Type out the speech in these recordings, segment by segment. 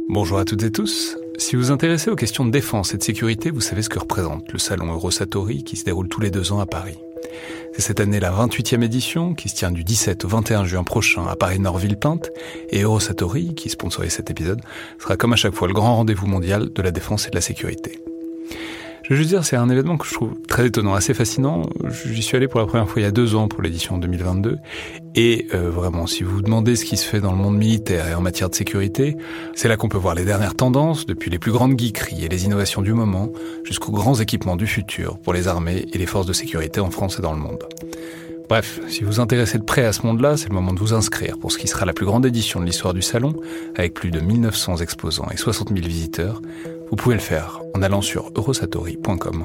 Bonjour à toutes et tous. Si vous vous intéressez aux questions de défense et de sécurité, vous savez ce que représente le salon Eurosatory qui se déroule tous les 2 ans à Paris. C'est cette année la 28e édition qui se tient du 17 au 21 juin prochain à Paris-Nord-Villepinte, et Eurosatory, qui sponsorise cet épisode, sera comme à chaque fois le grand rendez-vous mondial de la défense et de la sécurité. Je veux juste dire, c'est un événement que je trouve très étonnant, assez fascinant. J'y suis allé pour la première fois il y a 2 ans pour l'édition 2022. Et vraiment, si vous vous demandez ce qui se fait dans le monde militaire et en matière de sécurité, c'est là qu'on peut voir les dernières tendances, depuis les plus grandes geekeries et les innovations du moment, jusqu'aux grands équipements du futur pour les armées et les forces de sécurité en France et dans le monde. Bref, si vous vous intéressez de près à ce monde-là, c'est le moment de vous inscrire pour ce qui sera la plus grande édition de l'histoire du salon, avec plus de 1900 exposants et 60 000 visiteurs. Vous pouvez le faire en allant sur eurosatory.com.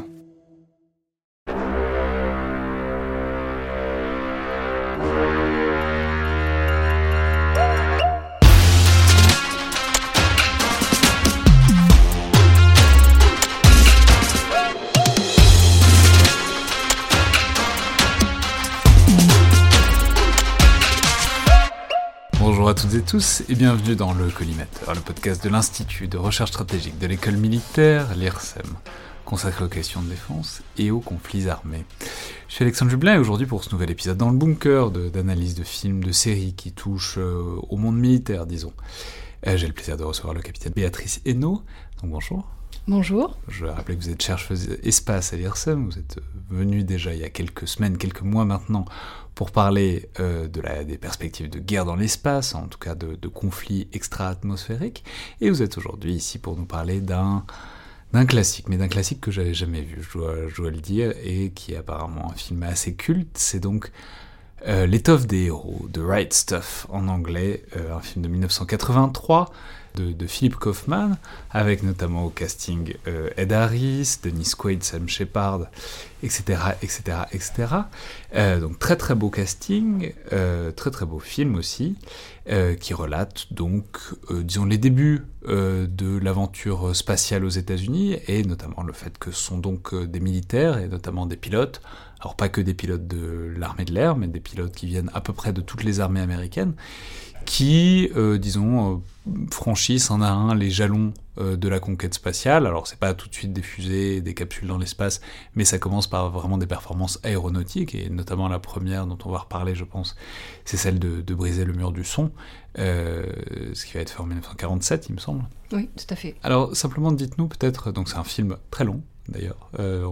Bonjour à toutes et tous et bienvenue dans le Collimateur, le podcast de l'Institut de recherche stratégique de l'école militaire, l'IRSEM, consacré aux questions de défense et aux conflits armés. Je suis Alexandre Jublin et aujourd'hui pour ce nouvel épisode dans le bunker d'analyse de films, de séries qui touchent au monde militaire, disons. J'ai le plaisir de recevoir le capitaine Béatrice Hainaut. Donc bonjour. Bonjour. Je vais rappeler que vous êtes chercheuse espace à l'IRSEM, vous êtes venue déjà il y a quelques semaines, quelques mois maintenant, pour parler des perspectives de guerre dans l'espace, en tout cas de conflits extra-atmosphériques, et vous êtes aujourd'hui ici pour nous parler d'un classique, mais d'un classique que j'avais jamais vu, je dois le dire, et qui est apparemment un film assez culte, c'est donc L'étoffe des héros, The Right Stuff en anglais, un film de 1983, de Philip Kaufman, avec notamment au casting Ed Harris, Dennis Quaid, Sam Shepard, etc., etc., etc. Donc très très beau casting, très très beau film aussi, qui relate donc, disons, les débuts de l'aventure spatiale aux États-Unis, et notamment le fait que ce sont donc des militaires, et notamment des pilotes, alors pas que des pilotes de l'armée de l'air, mais des pilotes qui viennent à peu près de toutes les armées américaines, qui, franchissent un à un les jalons de la conquête spatiale. Alors c'est pas tout de suite des fusées, des capsules dans l'espace, mais ça commence par vraiment des performances aéronautiques, et notamment la première dont on va reparler, je pense, c'est celle de briser le mur du son, ce qui va être fait en 1947, il me semble. Oui, tout à fait. Alors simplement dites-nous peut-être, donc c'est un film très long, d'ailleurs.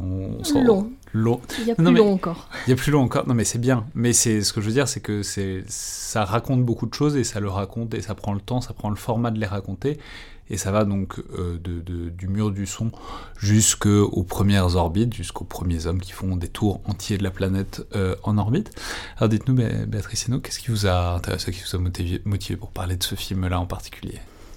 Long. Il y a plus long encore. Il y a plus long encore. Non, mais c'est bien. Mais ce que je veux dire, c'est que ça raconte beaucoup de choses, et ça le raconte, et ça prend le temps, ça prend le format de les raconter, et ça va donc du mur du son jusqu'aux premières orbites, jusqu'aux premiers hommes qui font des tours entiers de la planète en orbite. Alors dites-nous, Béatrice Hainaut, qu'est-ce qui vous a intéressé, qui vous a motivé pour parler de ce film-là en particulier ?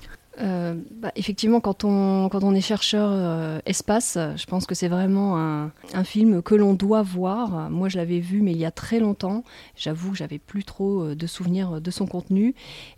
Effectivement, quand on est chercheur espace, je pense que c'est vraiment un film que l'on doit voir. Moi, je l'avais vu, mais il y a très longtemps. J'avoue que j'avais plus trop de souvenirs de son contenu.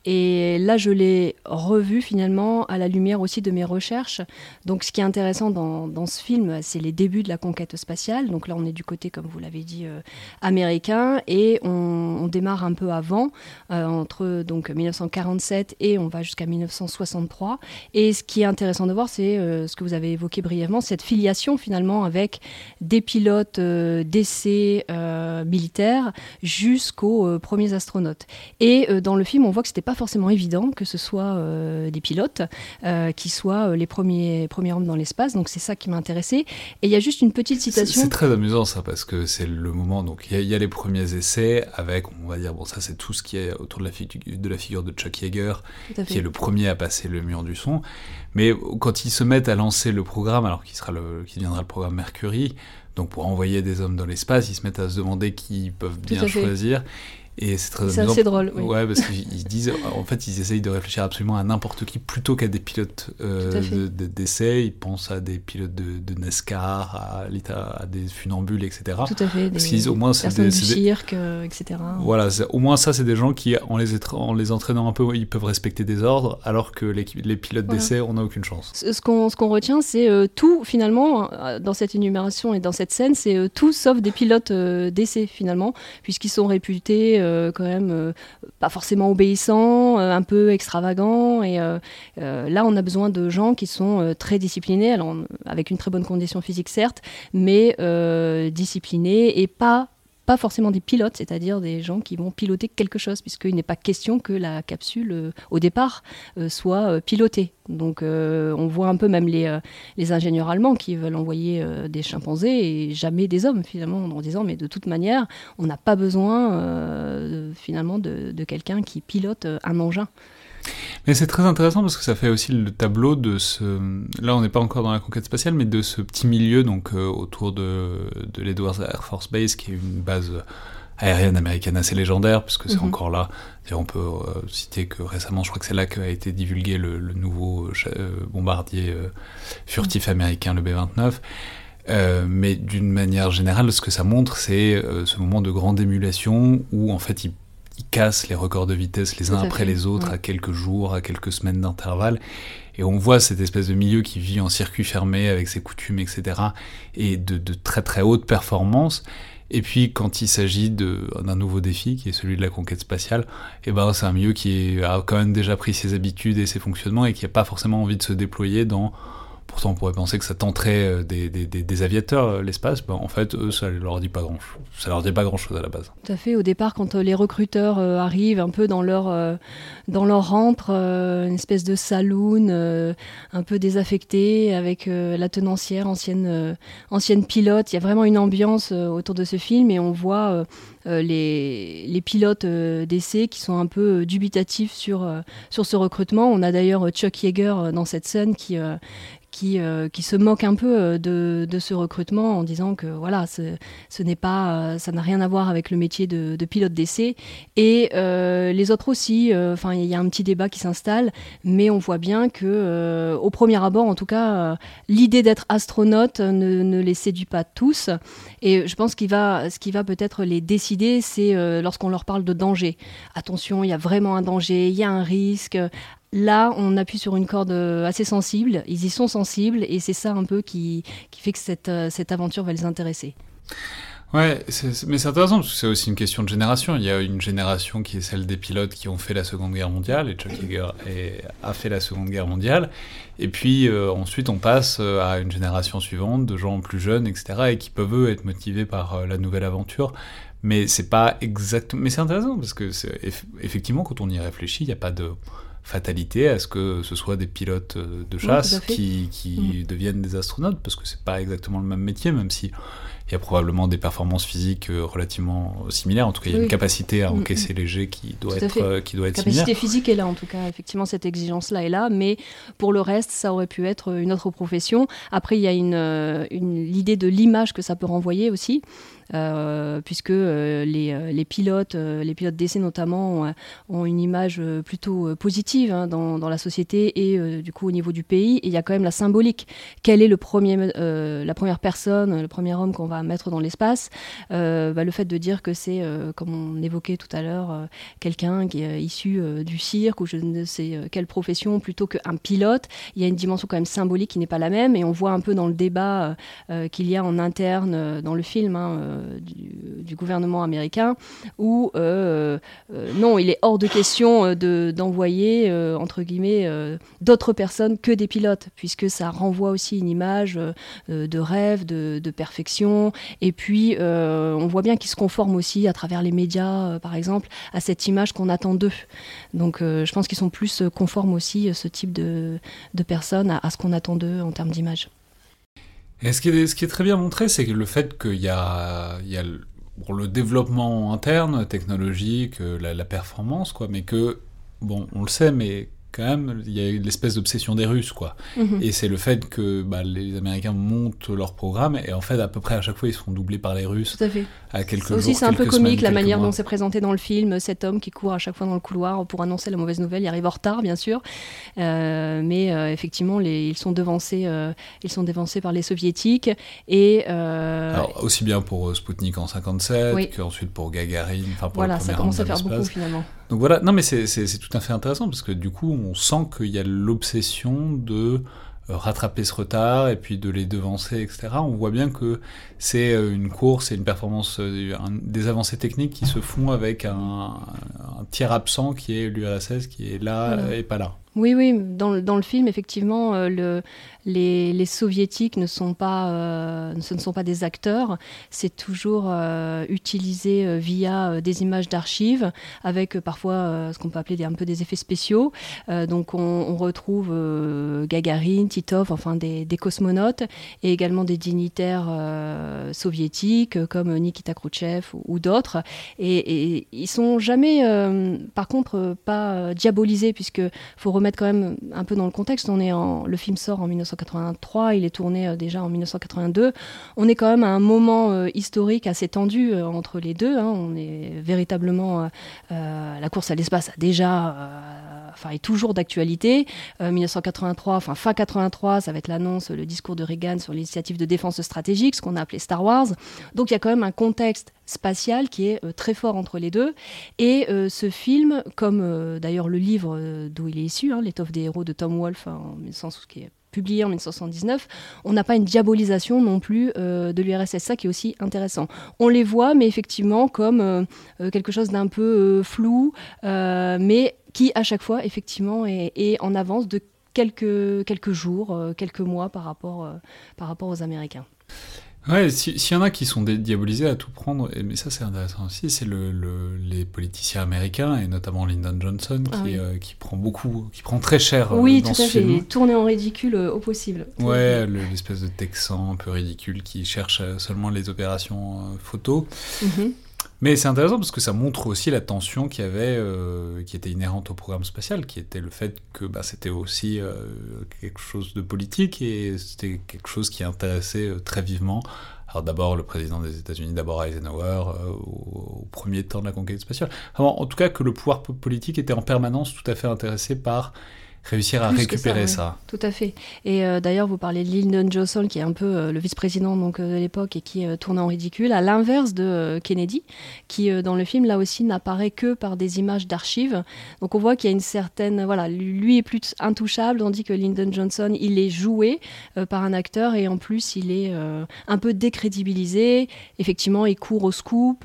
Et là, je l'ai revu finalement à la lumière aussi de mes recherches. Donc, ce qui est intéressant dans ce film, c'est les débuts de la conquête spatiale. Donc là, on est du côté, comme vous l'avez dit, américain, et on démarre un peu avant, entre donc 1947 et on va jusqu'à 1963. Et ce qui est intéressant de voir, c'est ce que vous avez évoqué brièvement, cette filiation finalement avec des pilotes d'essais militaires jusqu'aux premiers astronautes. Et dans le film, on voit que c'était pas forcément évident que ce soit des pilotes qui soient les premiers hommes dans l'espace. Donc c'est ça qui m'a intéressée. Et il y a juste une petite citation. C'est très amusant ça, parce que c'est le moment, donc il y a les premiers essais avec, on va dire, bon, ça c'est tout ce qui est autour de la figure de Chuck Yeager, qui est le premier à passer le mur du son, mais quand ils se mettent à lancer le programme, alors qui deviendra le programme Mercury, donc pour envoyer des hommes dans l'espace, ils se mettent à se demander qui ils peuvent bien choisir. Et c'est assez drôle, oui. Ouais, parce qu'ils disent, en fait, ils essayent de réfléchir absolument à n'importe qui plutôt qu'à des pilotes d'essai. Ils pensent à des pilotes de NASCAR, à des funambules, etc. Tout à fait, parce qu'ils disent, au moins, personnes du cirque, etc. Voilà, au moins ça, c'est des gens qui, en les entraînant un peu, ils peuvent respecter des ordres, alors que les pilotes d'essai, on n'a aucune chance. Ce qu'on retient, c'est tout, finalement, dans cette énumération et dans cette scène, c'est tout sauf des pilotes d'essai, finalement, puisqu'ils sont réputés quand même pas forcément obéissant, un peu extravagant. Et là, on a besoin de gens qui sont très disciplinés, alors avec une très bonne condition physique certes, mais disciplinés et pas forcément des pilotes, c'est-à-dire des gens qui vont piloter quelque chose, puisqu'il n'est pas question que la capsule, au départ, soit pilotée. Donc on voit un peu même les ingénieurs allemands qui veulent envoyer des chimpanzés et jamais des hommes, finalement, en disant, mais de toute manière, on n'a pas besoin, finalement, de quelqu'un qui pilote un engin. Mais c'est très intéressant parce que ça fait aussi le tableau de ce... Là, on n'est pas encore dans la conquête spatiale, mais de ce petit milieu donc autour de l'Edwards Air Force Base, qui est une base aérienne américaine assez légendaire, puisque c'est encore là. On peut citer que récemment, je crois que c'est là qu'a été divulgué le nouveau bombardier furtif américain, le B-29. Mais d'une manière générale, ce que ça montre, c'est ce moment de grande émulation où en fait ils cassent les records de vitesse les uns après les autres, à quelques jours, à quelques semaines d'intervalle. Et on voit cette espèce de milieu qui vit en circuit fermé avec ses coutumes, etc. et de très très haute performance. Et puis quand il s'agit d'un nouveau défi, qui est celui de la conquête spatiale, et ben c'est un milieu qui a quand même déjà pris ses habitudes et ses fonctionnements et qui n'a pas forcément envie de se déployer dans... Pourtant, on pourrait penser que ça tenterait des aviateurs, l'espace. Ben, en fait, eux, ça leur dit pas grand-chose. Ça leur dit pas grand-chose à la base. Tout à fait. Au départ, quand les recruteurs arrivent un peu dans leur antre, une espèce de saloon un peu désaffecté, avec la tenancière, ancienne pilote. Il y a vraiment une ambiance autour de ce film et on voit les pilotes d'essai qui sont un peu dubitatifs sur ce recrutement. On a d'ailleurs Chuck Yeager dans cette scène qui se moque un peu de ce recrutement en disant que voilà, ce n'est pas, ça n'a rien à voir avec le métier de pilote d'essai. Et les autres aussi, enfin il y a un petit débat qui s'installe, mais on voit bien que au premier abord, en tout cas, l'idée d'être astronaute ne les séduit pas tous. Et je pense ce qui va peut-être les décider, c'est lorsqu'on leur parle de danger. Attention, il y a vraiment un danger, il y a un risque. Là, on appuie sur une corde assez sensible, ils y sont sensibles, et c'est ça un peu qui fait que cette aventure va les intéresser. Ouais, mais c'est intéressant, parce que c'est aussi une question de génération. Il y a une génération qui est celle des pilotes qui ont fait la Seconde Guerre mondiale, et Chuck Yeager a fait la Seconde Guerre mondiale, et puis ensuite on passe à une génération suivante, de gens plus jeunes, etc., et qui peuvent, eux, être motivés par la nouvelle aventure. Mais c'est pas exactement... Mais c'est intéressant, parce que effectivement, quand on y réfléchit, il n'y a pas de... fatalité à ce que ce soit des pilotes de chasse qui deviennent des astronautes, parce que c'est pas exactement le même métier, même si il y a probablement des performances physiques relativement similaires. En tout cas, il y a une capacité à encaisser léger qui doit être similaire. La capacité physique est là, en tout cas. Effectivement, cette exigence-là est là, mais pour le reste, ça aurait pu être une autre profession. Après, il y a l'idée de l'image que ça peut renvoyer aussi. Puisque les pilotes d'essai notamment ont une image plutôt positive dans la société et du coup au niveau du pays, et il y a quand même la symbolique. Quel est la première personne, le premier homme qu'on va mettre dans l'espace, le fait de dire que c'est, comme on évoquait tout à l'heure, quelqu'un qui est issu du cirque ou je ne sais quelle profession plutôt qu'un pilote, il y a une dimension quand même symbolique qui n'est pas la même, et on voit un peu dans le débat qu'il y a en interne dans le film du gouvernement américain, où non, il est hors de question d'envoyer entre guillemets d'autres personnes que des pilotes, puisque ça renvoie aussi une image de rêve, de perfection, et puis on voit bien qu'ils se conforment aussi à travers les médias, par exemple, à cette image qu'on attend d'eux. Donc je pense qu'ils sont plus conformes aussi, ce type de personnes, à ce qu'on attend d'eux en termes d'image. Et ce qui est très bien montré, c'est que le fait qu'il y a le développement interne, technologique, la performance, quoi, mais que, bon, on le sait, mais quand même, il y a l'espèce d'obsession des Russes, quoi. Mm-hmm. Et c'est le fait que les Américains montent leur programme, et en fait, à peu près à chaque fois, ils se font doubler par les Russes. Tout à fait. À quelques jours, aussi, c'est un peu comique, la manière dont c'est présenté dans le film, cet homme qui court à chaque fois dans le couloir pour annoncer la mauvaise nouvelle, il arrive en retard, bien sûr, mais effectivement, ils sont devancés par les soviétiques, et... Alors, aussi bien pour Spoutnik en 57, qu'ensuite pour Gagarine, enfin pour le premier ça commence à faire beaucoup, finalement. Donc voilà, non mais c'est tout à fait intéressant, parce que du coup, on sent qu'il y a l'obsession de rattraper ce retard et puis de les devancer, etc. On voit bien que c'est une course et une performance, des avancées techniques qui se font avec un tiers absent qui est l'URSS qui est là et pas là. Oui, dans le film, effectivement, les soviétiques ce ne sont pas des acteurs, c'est toujours utilisé via des images d'archives, avec parfois ce qu'on peut appeler un peu des effets spéciaux. Donc on retrouve Gagarine, Titov, enfin des cosmonautes, et également des dignitaires soviétiques, comme Nikita Khrouchtchev ou d'autres. Et ils sont jamais, par contre, pas diabolisés, puisque faut remettre quand même un peu dans le contexte. Le film sort en 1983, il est tourné déjà en 1982. On est quand même à un moment historique assez tendu entre les deux. On est véritablement... la course à l'espace a déjà... est toujours d'actualité. 1983, fin 83, ça va être l'annonce, le discours de Reagan sur l'initiative de défense stratégique, ce qu'on a appelé Star Wars. Donc il y a quand même un contexte spatial qui est très fort entre les deux. Et ce film, comme d'ailleurs le livre d'où il est issu, L'étoffe des héros de Tom Wolfe, qui est publié en 1979, on n'a pas une diabolisation non plus de l'URSS, ça qui est aussi intéressant. On les voit, mais effectivement, comme quelque chose d'un peu flou, mais qui, à chaque fois, effectivement, est en avance de quelques jours, quelques mois par rapport aux Américains. Ouais, s'il y en a qui sont diabolisés à tout prendre, mais ça c'est intéressant aussi, c'est les politiciens américains, et notamment Lyndon Johnson, qui prend très cher dans ce film. Oui, tout à fait, il est tourné en ridicule au possible. Ouais, l'espèce de Texan un peu ridicule qui cherche seulement les opérations photos. Mm-hmm. Mais c'est intéressant parce que ça montre aussi la tension qu'il y avait, qui était inhérente au programme spatial, qui était le fait que c'était aussi quelque chose de politique et c'était quelque chose qui intéressait très vivement. Alors d'abord le président des États-Unis, d'abord Eisenhower, au premier temps de la conquête spatiale. Alors, en tout cas que le pouvoir politique était en permanence tout à fait intéressé par réussir à récupérer ça. Tout à fait. Et d'ailleurs, vous parlez de Lyndon Johnson, qui est un peu le vice-président de l'époque et qui tourne en ridicule, à l'inverse de Kennedy, qui dans le film, là aussi, n'apparaît que par des images d'archives. Donc on voit qu'il y a une certaine... Voilà, lui est plus intouchable, tandis que Lyndon Johnson, il est joué par un acteur et en plus, il est un peu décrédibilisé. Effectivement, il court au scoop,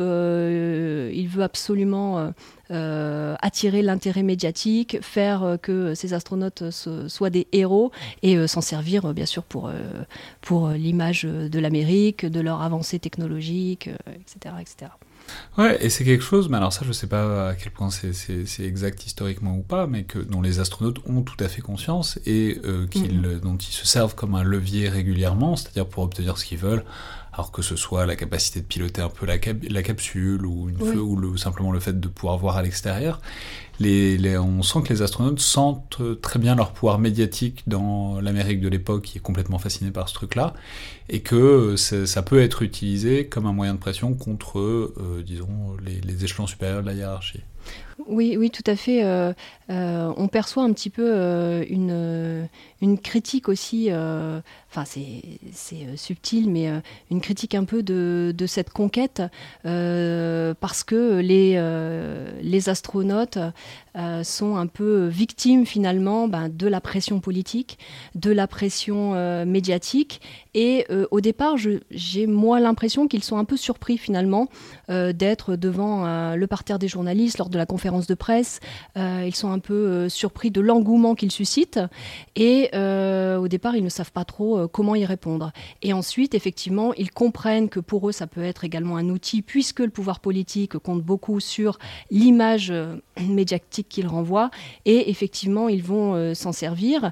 il veut absolument... attirer l'intérêt médiatique, faire que ces astronautes soient des héros et s'en servir bien sûr pour l'image de l'Amérique, de leur avancée technologique, etc., etc. Ouais, et c'est quelque chose, mais alors ça je sais pas à quel point c'est exact historiquement ou pas, mais dont les astronautes ont tout à fait conscience et dont ils se servent comme un levier régulièrement, c'est-à-dire pour obtenir ce qu'ils veulent. Alors que ce soit la capacité de piloter un peu la capsule ou ou simplement le fait de pouvoir voir à l'extérieur, on sent que les astronautes sentent très bien leur pouvoir médiatique dans l'Amérique de l'époque qui est complètement fascinée par ce truc-là, et que ça peut être utilisé comme un moyen de pression contre, disons, les échelons supérieurs de la hiérarchie. Oui, tout à fait. On perçoit un petit peu une critique aussi, c'est subtil, mais une critique un peu de cette conquête, parce que les astronautes sont un peu victimes finalement de la pression politique, de la pression médiatique, et au départ, j'ai moi l'impression qu'ils sont un peu surpris finalement d'être devant le parterre des journalistes lors de la conférence de presse. Ils sont un peu surpris de l'engouement qu'ils suscitent et au départ ils ne savent pas trop comment y répondre. Et ensuite effectivement ils comprennent que pour eux ça peut être également un outil, puisque le pouvoir politique compte beaucoup sur l'image médiatique qu'ils renvoient, et effectivement ils vont s'en servir.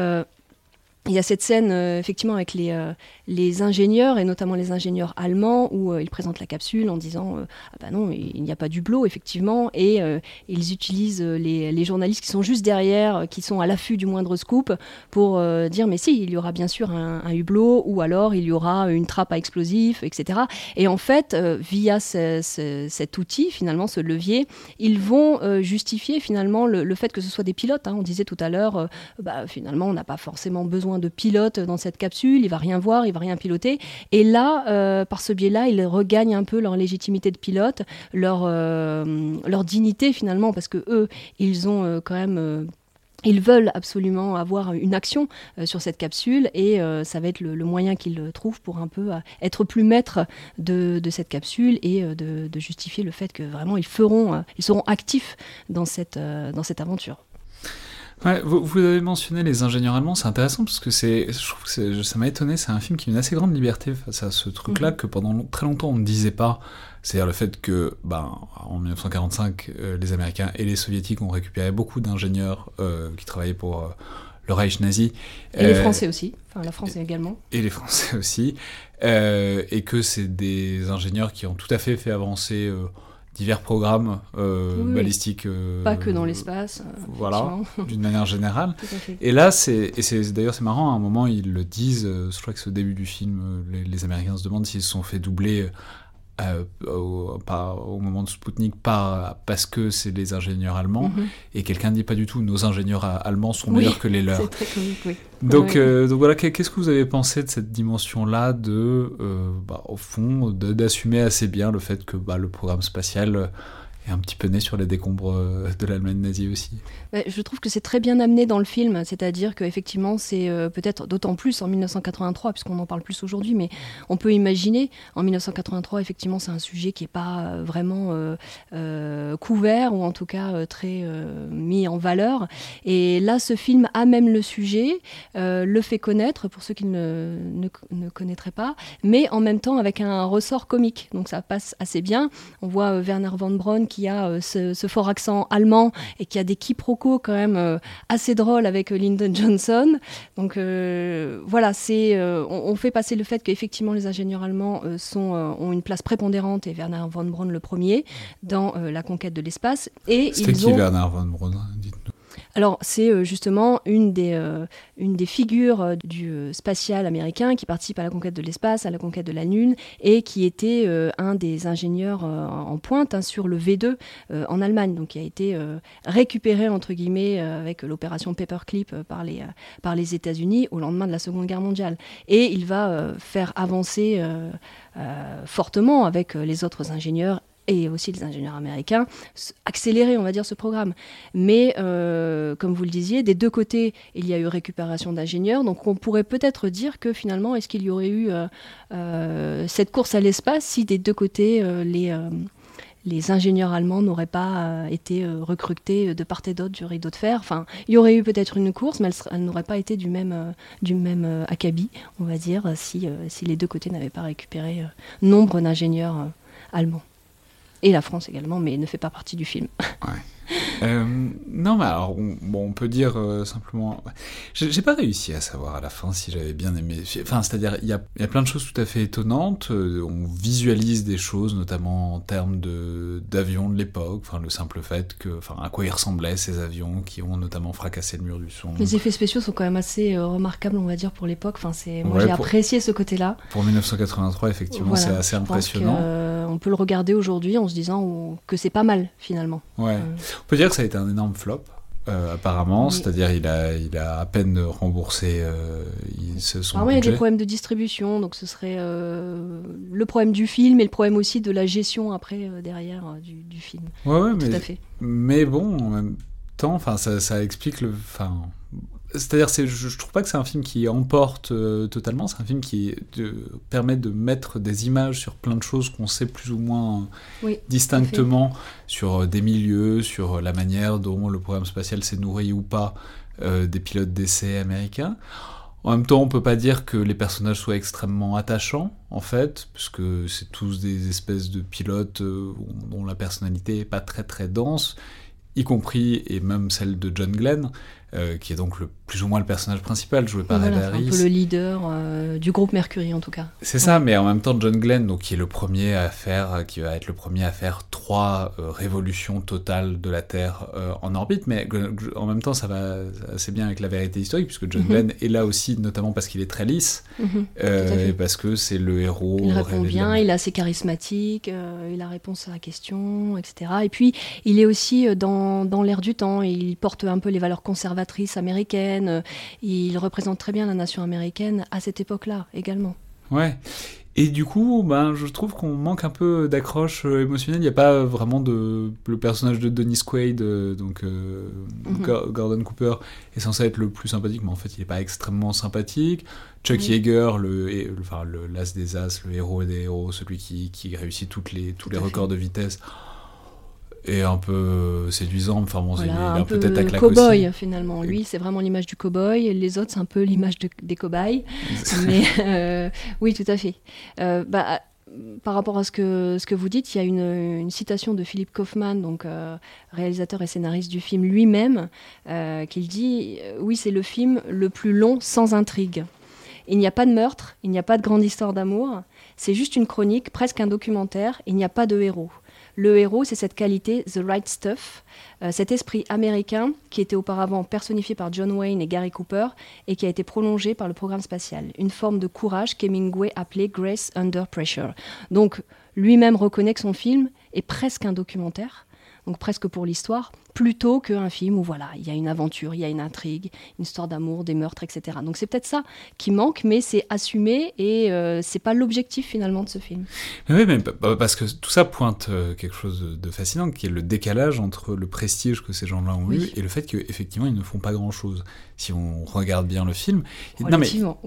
Il y a cette scène effectivement avec les ingénieurs, et notamment les ingénieurs allemands, où ils présentent la capsule en disant ah bah non, il n'y a pas d'hublot effectivement, et ils utilisent les journalistes qui sont juste derrière, qui sont à l'affût du moindre scoop, pour dire mais si, il y aura bien sûr un hublot, ou alors il y aura une trappe à explosifs, etc. Et en fait, via cet outil, finalement ce levier, ils vont justifier finalement le fait que ce soit des pilotes. On disait tout à l'heure, finalement on n'a pas forcément besoin de pilote dans cette capsule, il va rien voir, il va rien piloter. Et là, par ce biais-là, ils regagnent un peu leur légitimité de pilote, leur dignité finalement, parce que eux, ils ont quand même Ils veulent absolument avoir une action sur cette capsule et ça va être le moyen qu'ils trouvent pour un peu être plus maître de cette capsule et de justifier le fait que vraiment ils seront actifs dans cette aventure. Ouais, vous avez mentionné les ingénieurs allemands, c'est intéressant parce que je trouve que ça m'a étonné, c'est un film qui a une assez grande liberté face à ce truc-là que pendant très longtemps on ne disait pas. C'est-à-dire le fait que, en 1945, les Américains et les Soviétiques ont récupéré beaucoup d'ingénieurs qui travaillaient pour le Reich nazi. Et les Français aussi, enfin la France également. Et les Français aussi. Et que c'est des ingénieurs qui ont tout à fait avancer divers programmes balistiques. Pas que dans l'espace. Voilà, d'une manière générale. Tout à fait. Et là, d'ailleurs c'est marrant, à un moment ils le disent, je crois que c'est au début du film, les Américains se demandent s'ils se sont fait doubler au moment de Spoutnik parce que c'est les ingénieurs allemands, et quelqu'un dit pas du tout, nos ingénieurs allemands sont meilleurs que les leurs. C'est très comique, oui. Donc voilà, qu'est-ce que vous avez pensé de cette dimension-là au fond, d'assumer assez bien le fait que le programme spatial est un petit peu né sur les décombres de l'Allemagne nazie aussi. Je trouve que c'est très bien amené dans le film, c'est-à-dire qu'effectivement c'est peut-être d'autant plus en 1983, puisqu'on en parle plus aujourd'hui, mais on peut imaginer, en 1983, effectivement c'est un sujet qui n'est pas vraiment couvert, ou en tout cas très mis en valeur, et là ce film a même le sujet, le fait connaître pour ceux qui ne connaîtraient pas, mais en même temps avec un ressort comique, donc ça passe assez bien. On voit Werner von Braun qui a ce fort accent allemand et qui a des quiproquos quand même assez drôles avec Lyndon Johnson. Donc voilà, on fait passer le fait qu'effectivement les ingénieurs allemands ont une place prépondérante, et Werner von Braun le premier, dans la conquête de l'espace. C'était qui Werner von Braun, dites-nous? Alors, c'est justement une des figures du spatial américain qui participe à la conquête de l'espace, à la conquête de la Lune, et qui était un des ingénieurs en pointe sur le V2 en Allemagne, donc qui a été récupéré, entre guillemets, avec l'opération Paperclip par les États-Unis au lendemain de la Seconde Guerre mondiale. Et il va faire avancer fortement avec les autres ingénieurs et aussi les ingénieurs américains, accélérer, on va dire, ce programme. Mais, comme vous le disiez, des deux côtés, il y a eu récupération d'ingénieurs, donc on pourrait peut-être dire que finalement, est-ce qu'il y aurait eu cette course à l'espace si des deux côtés, les ingénieurs allemands n'auraient pas été recrutés de part et d'autre du rideau de fer. Enfin, il y aurait eu peut-être une course, mais elle n'aurait pas été du même acabit, on va dire, si les deux côtés n'avaient pas récupéré nombre d'ingénieurs allemands. Et la France également, mais ne fait pas partie du film. Ouais. Non, mais alors, on peut dire simplement... J'ai pas réussi à savoir à la fin si j'avais bien aimé... Enfin, c'est-à-dire, il y a plein de choses tout à fait étonnantes. On visualise des choses, notamment en termes d'avions de l'époque. Enfin, le simple fait à quoi ils ressemblaient, ces avions qui ont notamment fracassé le mur du son. Les effets spéciaux sont quand même assez remarquables, on va dire, pour l'époque. Enfin, moi, j'ai apprécié ce côté-là. Pour 1983, effectivement, voilà, c'est assez impressionnant. On peut le regarder aujourd'hui en se disant que c'est pas mal, finalement. Ouais. On peut dire que ça a été un énorme flop, apparemment, oui. C'est-à-dire il a à peine remboursé son budget. Il y a des problèmes de distribution, donc ce serait le problème du film et le problème aussi de la gestion après, derrière, du film. Ouais, tout à fait. Mais bon, en même temps, ça explique le... C'est-à-dire, je trouve pas que c'est un film qui emporte totalement, c'est un film qui permet de mettre des images sur plein de choses qu'on sait plus ou moins distinctement, sur des milieux, sur la manière dont le programme spatial s'est nourri ou pas des pilotes d'essai américains. En même temps, on peut pas dire que les personnages soient extrêmement attachants, en fait, puisque c'est tous des espèces de pilotes dont la personnalité est pas très très dense, y compris, et même celle de John Glenn, qui est donc plus ou moins le personnage principal, joué par Ed Harris. Un peu le leader du groupe Mercury, en tout cas. C'est ça, mais en même temps, John Glenn, donc, qui va être le premier à faire 3 révolutions totales de la Terre en orbite, mais en même temps, ça va assez bien avec la vérité historique, puisque John Glenn est là aussi, notamment parce qu'il est très lisse, et parce que c'est le héros. Il répond bien, il est assez charismatique, il a réponse à la question, etc. Et puis, il est aussi dans l'air du temps, il porte un peu les valeurs conservatrices américaine, il représente très bien la nation américaine à cette époque-là également. Ouais, Et du coup, je trouve qu'on manque un peu d'accroche émotionnelle. Il n'y a pas vraiment le personnage de Dennis Quaid, Gordon Cooper, est censé être le plus sympathique, mais en fait, il n'est pas extrêmement sympathique. Chuck Yeager, l'as des as, le héros des héros, celui qui réussit tous les records de vitesse, est un peu séduisant. Enfin bon, il est un peu tête à claque aussi. Cow-boy, finalement. Lui, c'est vraiment l'image du cow-boy. Les autres, c'est un peu l'image des cobayes. Mais oui, tout à fait. Par rapport à ce que vous dites, il y a une citation de Philip Kaufman, donc réalisateur et scénariste du film lui-même, qu'il dit « Oui, c'est le film le plus long sans intrigue. Il n'y a pas de meurtre, il n'y a pas de grande histoire d'amour. C'est juste une chronique, presque un documentaire. Il n'y a pas de héros. Le héros, c'est cette qualité, the right stuff, cet esprit américain qui était auparavant personnifié par John Wayne et Gary Cooper et qui a été prolongé par le programme spatial. Une forme de courage qu'Hemingway appelait Grace Under Pressure. Donc, lui-même reconnaît que son film est presque un documentaire, donc presque pour l'histoire, plutôt qu'un film où voilà, il y a une aventure, il y a une intrigue, une histoire d'amour, des meurtres, etc. Donc c'est peut-être ça qui manque, mais c'est assumé et c'est pas l'objectif finalement de ce film. Oui, mais parce que tout ça pointe quelque chose de fascinant, qui est le décalage entre le prestige que ces gens-là ont eu et le fait qu'effectivement ils ne font pas grand-chose. Si on regarde bien le film, mais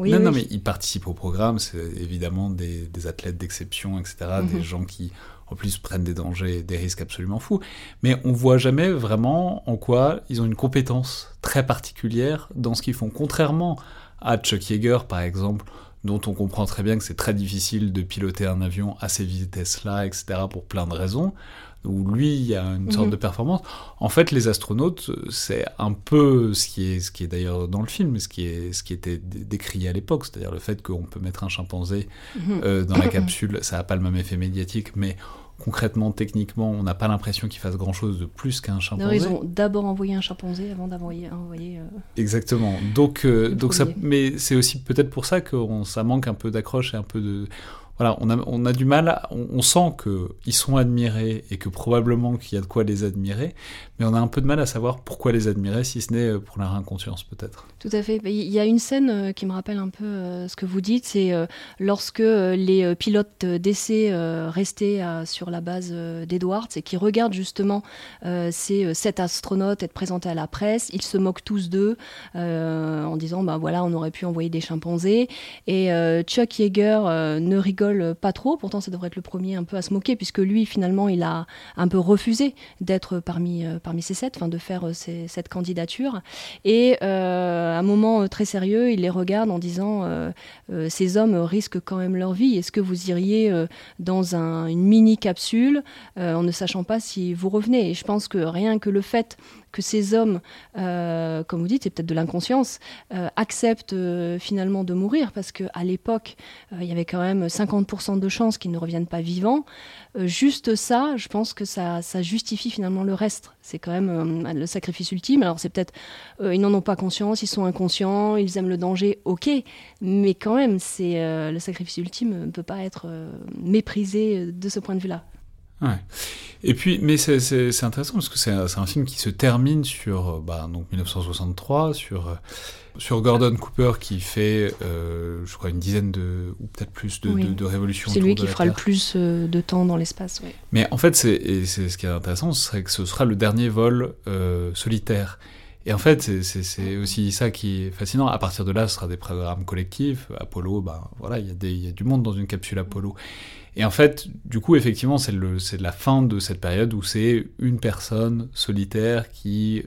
ils participent au programme, c'est évidemment des athlètes d'exception, etc., des gens qui en plus prennent des dangers, des risques absolument fous, mais on voit jamais vraiment en quoi ils ont une compétence très particulière dans ce qu'ils font, contrairement à Chuck Yeager par exemple, dont on comprend très bien que c'est très difficile de piloter un avion à ces vitesses-là, etc., pour plein de raisons, où lui, il y a une sorte de performance. En fait, les astronautes, c'est un peu ce qui est d'ailleurs dans le film, ce qui était décrié à l'époque, c'est-à-dire le fait qu'on peut mettre un chimpanzé dans la capsule, ça n'a pas le même effet médiatique, mais concrètement, techniquement, on n'a pas l'impression qu'il fasse grand-chose de plus qu'un chimpanzé. Non, ils ont d'abord envoyé un chimpanzé avant d'envoyer... Exactement. Donc ça, mais c'est aussi peut-être pour ça que ça manque un peu d'accroche et un peu de... Voilà, on a du mal, on sent qu'ils sont admirés et que probablement qu'il y a de quoi les admirer, mais on a un peu de mal à savoir pourquoi les admirer, si ce n'est pour leur inconscience peut-être. Tout à fait. Il y a une scène qui me rappelle un peu ce que vous dites, c'est lorsque les pilotes d'essai restés sur la base d'Edwards et qui regardent justement ces 7 astronautes être présentés à la presse, ils se moquent tous d'eux en disant voilà, on aurait pu envoyer des chimpanzés, et Chuck Yeager ne rigole pas trop, pourtant ça devrait être le premier un peu à se moquer, puisque lui finalement il a un peu refusé d'être parmi ces 7, de faire cette candidature, et à un moment très sérieux il les regarde en disant ces hommes risquent quand même leur vie, est-ce que vous iriez dans une mini capsule en ne sachant pas si vous revenez? Et je pense que rien que le fait que ces hommes, comme vous dites, c'est peut-être de l'inconscience, acceptent finalement de mourir, parce qu'à l'époque, il y avait quand même 50% de chances qu'ils ne reviennent pas vivants. Juste ça, je pense que ça justifie finalement le reste. C'est quand même le sacrifice ultime. Alors c'est peut-être, ils n'en ont pas conscience, ils sont inconscients, ils aiment le danger, ok, mais quand même, le sacrifice ultime ne peut pas être méprisé de ce point de vue-là. Ouais. Et puis, mais c'est intéressant parce que c'est un film qui se termine sur donc 1963, sur Gordon Cooper qui fait, je crois, une dizaine ou peut-être plus de révolutions. C'est lui qui fera le plus de temps dans l'espace. Ouais. Mais en fait, c'est ce qui est intéressant, c'est que ce sera le dernier vol solitaire. Et en fait, c'est aussi ça qui est fascinant. À partir de là, ce sera des programmes collectifs. Apollo, voilà, il y a du monde dans une capsule Apollo. Et en fait, du coup, effectivement, c'est la fin de cette période où c'est une personne solitaire qui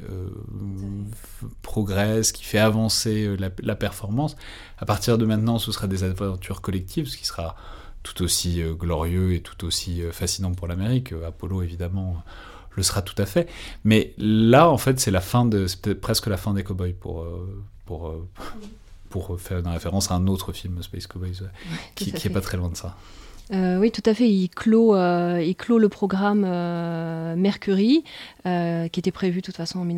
progresse, qui fait avancer la performance. À partir de maintenant, ce sera des aventures collectives, ce qui sera tout aussi glorieux et tout aussi fascinant pour l'Amérique. Apollo, évidemment, le sera tout à fait. Mais là, en fait, c'est peut-être presque la fin des Cowboys pour faire une référence à un autre film, Space Cowboys, qui est pas très loin de ça. Oui, tout à fait. Il clôt le programme Mercury, qui était prévu de toute façon en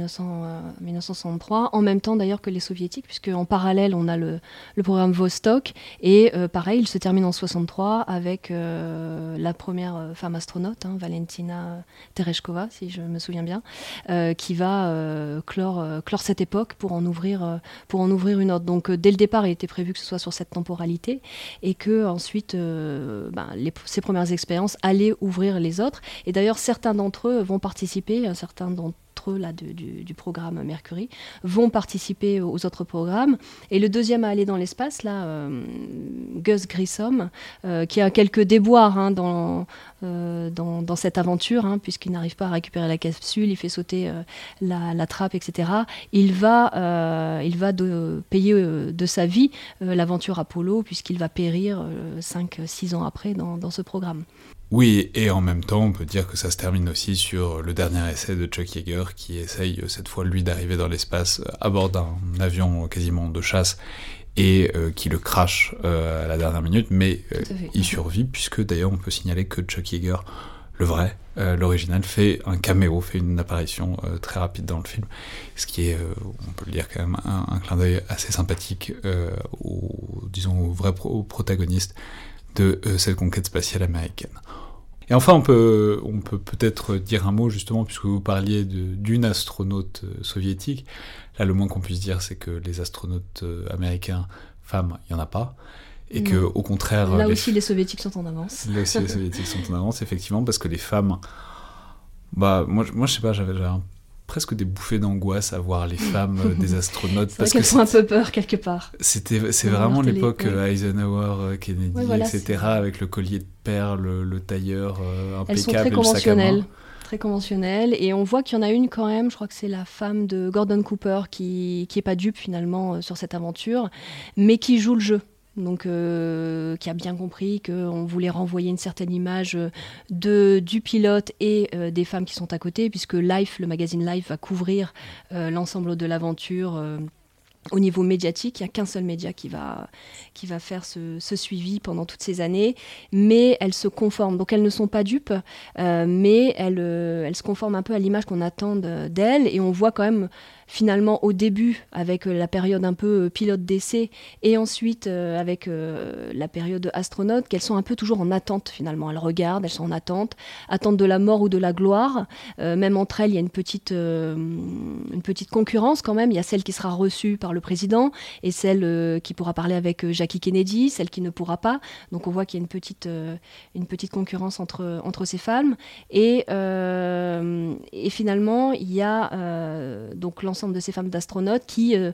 1963, en même temps d'ailleurs que les soviétiques, puisque en parallèle on a le programme Vostok, et pareil, il se termine en 63 avec la première femme astronaute, Valentina Tereshkova, si je me souviens bien, qui va clore cette époque pour en ouvrir une autre. Donc dès le départ, il était prévu que ce soit sur cette temporalité, et que ensuite ces premières expériences allaient ouvrir les autres. Et d'ailleurs, certains d'entre eux vont participer, certains d'entre eux là, du programme Mercury, vont participer aux autres programmes. Et le deuxième à aller dans l'espace, là, Gus Grissom, qui a quelques déboires dans cette aventure, puisqu'il n'arrive pas à récupérer la capsule, il fait sauter la trappe, etc. Il va payer de sa vie l'aventure Apollo, puisqu'il va périr 5-6 ans après dans ce programme. Oui, et en même temps, on peut dire que ça se termine aussi sur le dernier essai de Chuck Yeager, qui essaye cette fois, lui, d'arriver dans l'espace à bord d'un avion quasiment de chasse, et qui le crache à la dernière minute, mais il survit, puisque d'ailleurs on peut signaler que Chuck Yeager, le vrai, l'original, fait un caméo, fait une apparition très rapide dans le film, ce qui est, on peut le dire quand même, un clin d'œil assez sympathique au vrai protagoniste de cette conquête spatiale américaine. Et enfin, on peut peut-être dire un mot, justement, puisque vous parliez d'une astronaute soviétique. Là, le moins qu'on puisse dire, c'est que les astronautes américains, femmes, il n'y en a pas. Et que, au contraire... Là aussi, les soviétiques sont en avance. Là aussi, les soviétiques sont en avance, effectivement, parce que les femmes... moi je sais pas, j'avais presque des bouffées d'angoisse à voir les femmes des astronautes. C'est vrai qu'elles font un peu peur quelque part. C'est vraiment l'époque Eisenhower, Kennedy, etc., avec le collier de perles, le tailleur impeccable. Elles sont très conventionnelles. Très conventionnelle, et on voit qu'il y en a une quand même, je crois que c'est la femme de Gordon Cooper qui est pas dupe finalement sur cette aventure, mais qui joue le jeu. Donc, qui a bien compris qu'on voulait renvoyer une certaine image du pilote et des femmes qui sont à côté, puisque Life, le magazine Life, va couvrir l'ensemble de l'aventure. Au niveau médiatique, il n'y a qu'un seul média qui va faire ce suivi pendant toutes ces années, mais elles se conforment. Donc elles ne sont pas dupes, mais elles se conforment un peu à l'image qu'on attend d'elles, et on voit quand même finalement au début avec la période un peu pilote d'essai, et ensuite avec la période astronaute, qu'elles sont un peu toujours en attente finalement. Elles regardent, elles sont en attente de la mort ou de la gloire. Même entre elles, il y a une petite concurrence quand même. Il y a celle qui sera reçue par le président et celle qui pourra parler avec Jackie Kennedy, celle qui ne pourra pas. Donc on voit qu'il y a une petite concurrence entre ces femmes. Et finalement, il y a donc l'ensemble de ces femmes d'astronautes qui est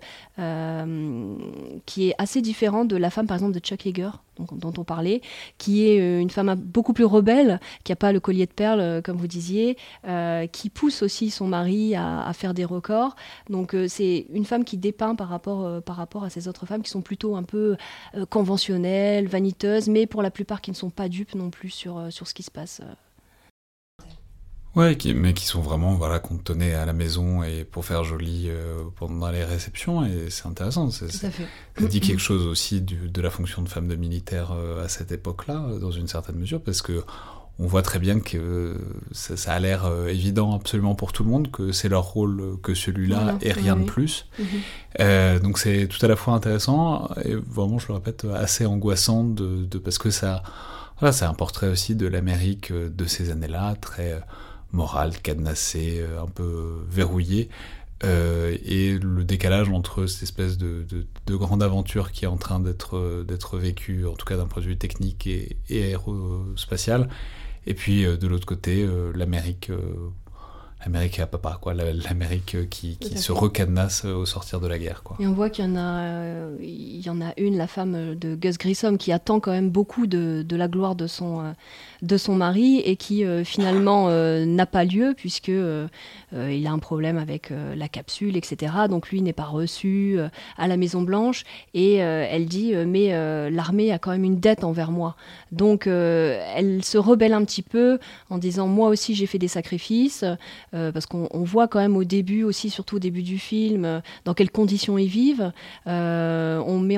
assez différent de la femme, par exemple, de Chuck Yeager, dont on parlait, qui est une femme beaucoup plus rebelle, qui n'a pas le collier de perles, comme vous disiez, qui pousse aussi son mari à faire des records. Donc c'est une femme qui dépeint par rapport à ces autres femmes qui sont plutôt un peu conventionnelles, vaniteuses, mais pour la plupart qui ne sont pas dupes non plus sur ce qui se passe. Ouais, mais qui sont vraiment cantonnées à la maison et pour faire joli pendant les réceptions, et c'est intéressant. Tout à fait. Ça dit quelque chose aussi de la fonction de femme de militaire à cette époque-là, dans une certaine mesure, parce que on voit très bien que ça a l'air évident absolument pour tout le monde, que c'est leur rôle que celui-là, et rien de plus. Donc c'est tout à la fois intéressant et vraiment, je le répète, assez angoissant parce que ça, c'est un portrait aussi de l'Amérique de ces années-là, très morale, cadenassée, un peu verrouillée, et le décalage entre cette espèce de grande aventure qui est en train d'être vécue, en tout cas d'un point de vue technique et aérospatial, et puis de l'autre côté, l'Amérique à papa, quoi, l'Amérique qui se recadenasse au sortir de la guerre, quoi. Et on voit qu'il y en a une, la femme de Gus Grissom, qui attend quand même beaucoup de la gloire de son mari, et qui finalement n'a pas lieu, puisque il a un problème avec la capsule, etc. Donc lui n'est pas reçu à la Maison Blanche, et elle dit mais l'armée a quand même une dette envers moi. Donc elle se rebelle un petit peu en disant moi aussi j'ai fait des sacrifices, parce qu'on voit quand même au début aussi, surtout au début du film, dans quelles conditions ils vivent. On met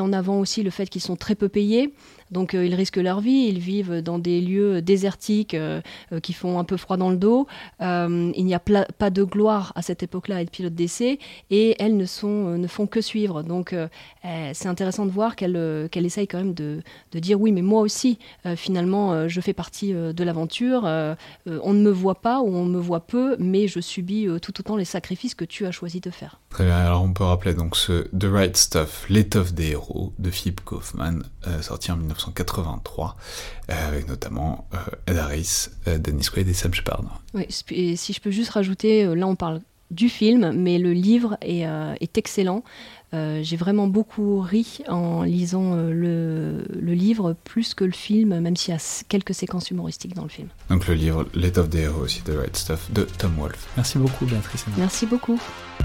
en avant aussi le fait qu'ils sont très peu payés. Donc ils risquent leur vie, ils vivent dans des lieux désertiques qui font un peu froid dans le dos. Il n'y a pas de gloire à cette époque-là à être pilote d'essai et elles ne font que suivre. Donc c'est intéressant de voir qu'elle essaye quand même de dire oui, mais moi aussi, finalement, je fais partie de l'aventure. On ne me voit pas ou on me voit peu, mais je subis tout autant les sacrifices que tu as choisi de faire. Très bien, alors on peut rappeler donc ce The Right Stuff, l'étoffe des héros de Philip Kaufman, sorti en 1983, avec notamment Ed Harris, Dennis Quaid et Sam Shepard. Oui, et si je peux juste rajouter, là on parle du film, mais le livre est excellent. J'ai vraiment beaucoup ri en lisant le livre, plus que le film, même s'il y a quelques séquences humoristiques dans le film. Donc le livre, l'étoffe des héros aussi, The Right Stuff, de Tom Wolfe. Merci beaucoup, Béatrice. Merci beaucoup.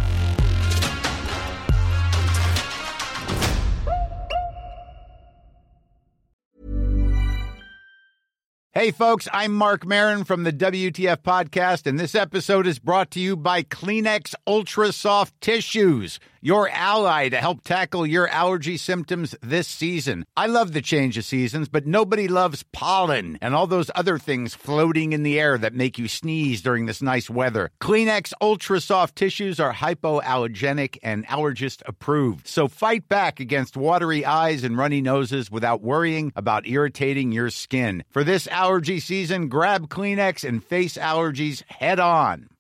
Hey, folks, I'm Mark Maron from the WTF Podcast, and this episode is brought to you by Kleenex Ultra Soft Tissues, your ally to help tackle your allergy symptoms this season. I love the change of seasons, but nobody loves pollen and all those other things floating in the air that make you sneeze during this nice weather. Kleenex Ultra Soft Tissues are hypoallergenic and allergist approved, so fight back against watery eyes and runny noses without worrying about irritating your skin. For this allergy season, grab Kleenex and face allergies head on.